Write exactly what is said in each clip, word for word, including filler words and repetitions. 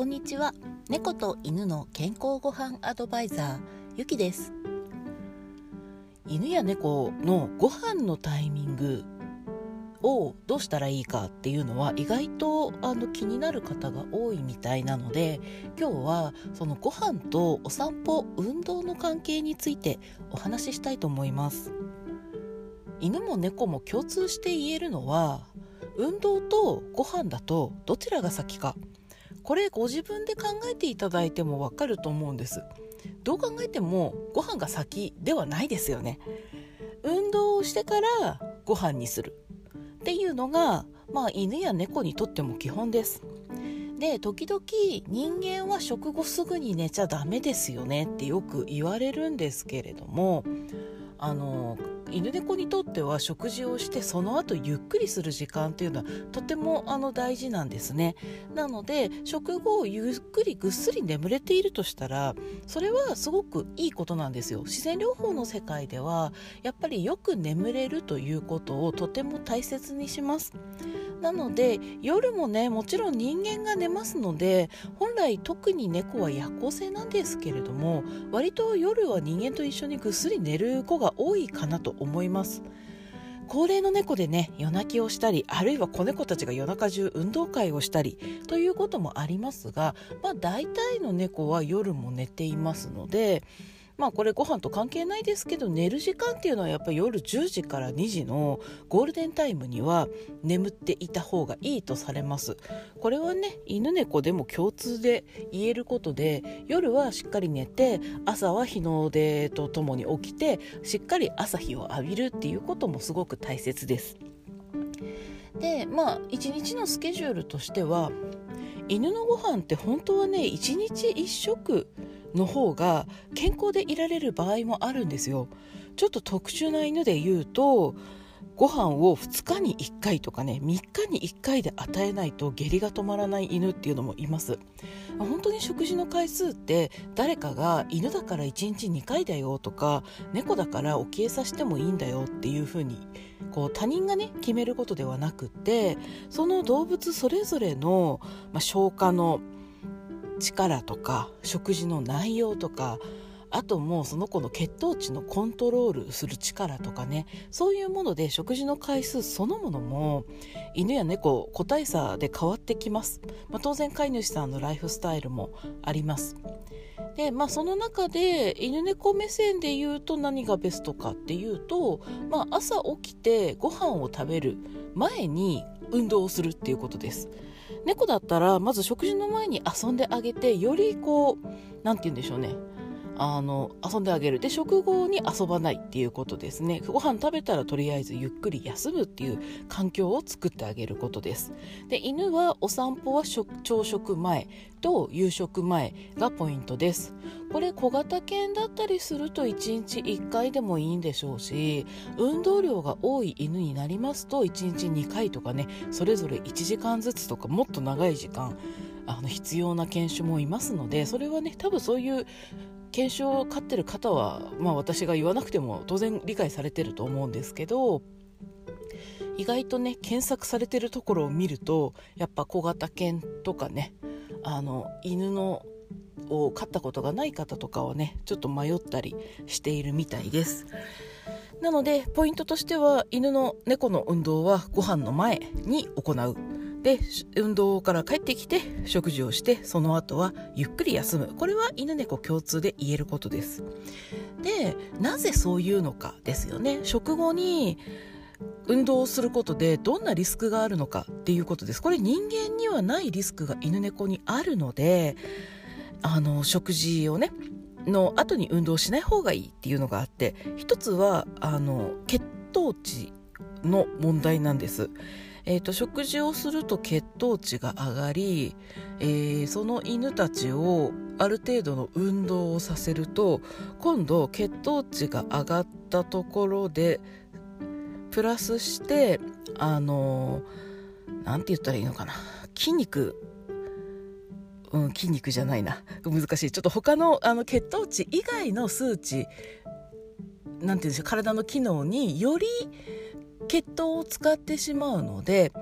んにちは。猫と犬の健康ごはんアドバイザーゆきです。犬や猫のご飯のタイミングをどうしたらいいかっていうのは意外とあの気になる方が多いみたいなので、今日はそのご飯とお散歩、運動の関係についてお話ししたいと思います。犬も猫も共通して言えるのは、運動とご飯だとどちらが先か、これご自分で考えていただいてもわかると思うんです。どう考えてもご飯が先ではないですよね。運動をしてからご飯にするっていうのが、まあ、犬や猫にとっても基本です。で、時々人間は食後すぐに寝ちゃダメですよねってよく言われるんですけれども、あの犬猫にとっては食事をしてその後ゆっくりする時間っていうのはとてもあの大事なんですね。なので食後ゆっくりぐっすり眠れているとしたら、それはすごくいいことなんですよ。自然療法の世界ではやっぱりよく眠れるということをとても大切にします。なので夜もね、もちろん人間が寝ますので、本来特に猫は夜行性なんですけれども、割と夜は人間と一緒にぐっすり寝る子が多いかなと思います。高齢の猫でね、夜泣きをしたり、あるいは子猫たちが夜中中運動会をしたりということもありますが、まあ大体の猫は夜も寝ていますので、まあこれご飯と関係ないですけど、寝る時間っていうのはやっぱり夜じゅうじからにじのゴールデンタイムには眠っていた方がいいとされます。これはね、犬猫でも共通で言えることで、夜はしっかり寝て、朝は日の出とともに起きてしっかり朝日を浴びるっていうこともすごく大切です。で、まあ一日のスケジュールとしては、犬のご飯って本当はね、一日一食の方が健康でいられる場合もあるんですよ。ちょっと特殊な犬で言うと、ご飯をふつかにいっかいとかね、みっかにいっかいで与えないと下痢が止まらない犬っていうのもいます。本当に食事の回数って誰かが犬だからいちにちにかいだよとか、猫だから起き餌してもいいんだよっていう風にこう他人がね決めることではなくって、その動物それぞれの、まあ、消化の力とか食事の内容とか、あともうその子の血糖値のコントロールする力とかね、そういうもので食事の回数そのものも犬や猫個体差で変わってきます。まあ、当然飼い主さんのライフスタイルもあります。で、まあ、その中で犬猫目線で言うと何がベストかっていうと、まあ、朝起きてご飯を食べる前に運動をするっていうことです。猫だったらまず食事の前に遊んであげて、よりこうなんて言うんでしょうね、あの遊んであげる。で、食後に遊ばないっていうことですね。ご飯食べたらとりあえずゆっくり休むっていう環境を作ってあげることです。で、犬はお散歩は朝食前と夕食前がポイントです。これ小型犬だったりするといちにちいっかいでもいいんでしょうし、運動量が多い犬になりますといちにちにかいとかね、それぞれいちじかんずつとかもっと長い時間あの必要な犬種もいますので、それはね、多分そういう犬種を飼ってる方は、まあ、私が言わなくても当然理解されてると思うんですけど、意外とね検索されてるところを見ると、やっぱ小型犬とかね、あの犬のを飼ったことがない方とかはね、ちょっと迷ったりしているみたいです。なのでポイントとしては、犬の猫の運動はご飯の前に行う。で、運動から帰ってきて食事をして、その後はゆっくり休む。これは犬猫共通で言えることです。で、なぜそういうのかですよね。食後に運動をすることでどんなリスクがあるのかっていうことです。これ人間にはないリスクが犬猫にあるので、あの食事をねの後に運動しない方がいいっていうのがあって、一つはあの血糖値の問題なんです。えーと、食事をすると血糖値が上がり、えー、その犬たちをある程度の運動をさせると、今度血糖値が上がったところでプラスしてあのー、なんて言ったらいいのかな、筋肉うん、筋肉じゃないな、難しい。ちょっと他の、あの血糖値以外の数値、なんていうんでしょう、体の機能により血糖を使ってしまうので、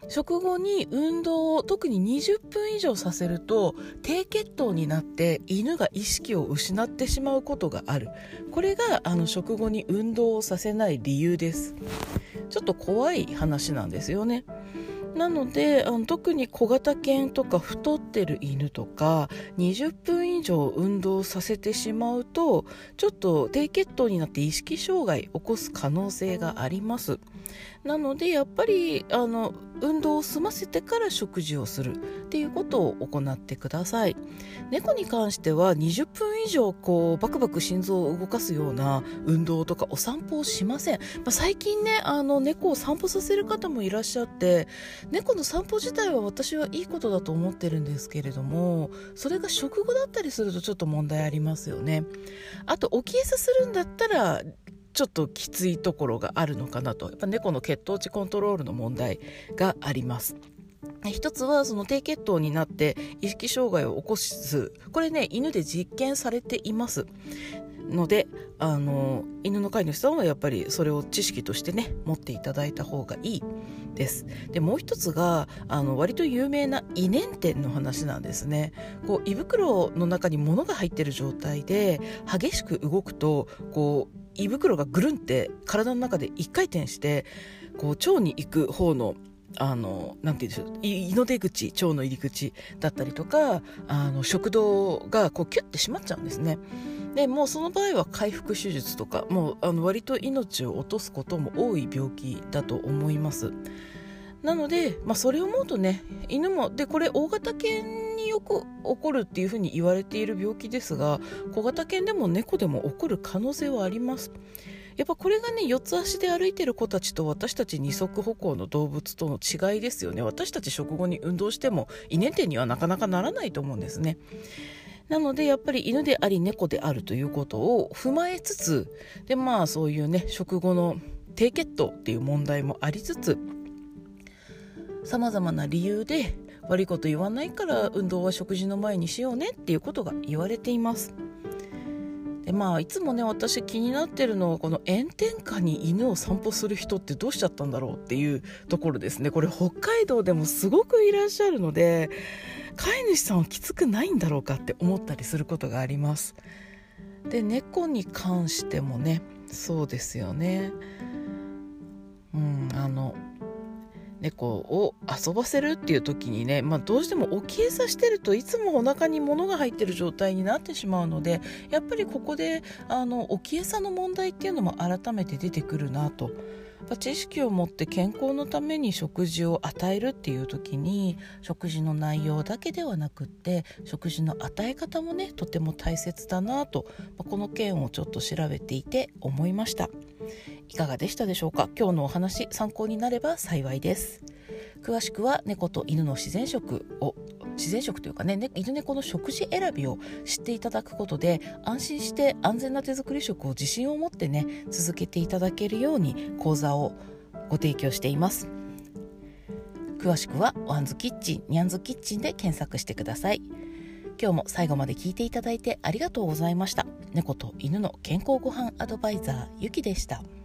食後に運動を特ににじゅっぷん以上させると低血糖になって犬が意識を失ってしまうことがある。これがあの食後に運動をさせない理由です。ちょっと怖い話なんですよね。なのであの特に小型犬とか太ってる犬とかにじゅっぷん以上運動させてしまうとちょっと低血糖になって意識障害を起こす可能性があります。なのでやっぱりあの運動を済ませてから食事をするっていうことを行ってください。猫に関してはにじゅっぷん以上こうバクバク心臓を動かすような運動とかお散歩をしません。まあ、最近ねあの猫を散歩させる方もいらっしゃって猫の散歩自体は私はいいことだと思ってるんですけれども、それが食後だったりするとちょっと問題ありますよね。あと起き餌するんだったらちょっときついところがあるのかなと。やっぱ猫の血糖値コントロールの問題があります。一つはその低血糖になって意識障害を起こす、これね犬で実験されていますので、あの犬の飼い主さんはやっぱりそれを知識としてね持っていただいた方がいいです。でもう一つがあの割と有名な胃粘点の話なんですね。こう胃袋の中に物が入っている状態で激しく動くとこう胃袋がぐるんって体の中で一回転してこう腸に行く方のあのなんていうんでしょう、胃の出口、腸の入り口だったりとかあの食道がこうキュッて閉まっちゃうんですね。でもうその場合は回復手術とかもうあの割と命を落とすことも多い病気だと思います。なので、まあ、それを思うとね犬もでこれ大型犬によく起こるっていうふうに言われている病気ですが、小型犬でも猫でも起こる可能性はあります。やっぱこれがね四つ足で歩いてる子たちと私たち二足歩行の動物との違いですよね。私たち食後に運動しても胃粘点にはなかなかならないと思うんですね。なのでやっぱり犬であり猫であるということを踏まえつつでまあそういうね食後の低血糖っていう問題もありつつさまざまな理由で悪いこと言わないから運動は食事の前にしようねっていうことが言われています。でまあいつもね私気になってるのはこの炎天下に犬を散歩する人ってどうしちゃったんだろうっていうところですね。これ北海道でもすごくいらっしゃるので飼い主さんはきつくないんだろうかって思ったりすることがあります。で猫に関してもねそうですよね。うんあの猫を遊ばせるっていう時にね、まあ、どうしても置き餌してるといつもお腹に物が入ってる状態になってしまうのでやっぱりここであの置き餌の問題っていうのも改めて出てくるなと。知識を持って健康のために食事を与えるっていう時に食事の内容だけではなくって食事の与え方もねとても大切だなとこの件をちょっと調べていて思いました。いかがでしたでしょうか。今日のお話参考になれば幸いです。詳しくは猫と犬の自然食を自然食というかね犬猫の食事選びを知っていただくことで安心して安全な手作り食を自信を持ってね続けていただけるように講座をご提供しています。詳しくはワンズキッチンニャンズキッチンで検索してください。今日も最後まで聞いていただいてありがとうございました。猫と犬の健康ごはんアドバイザーゆきでした。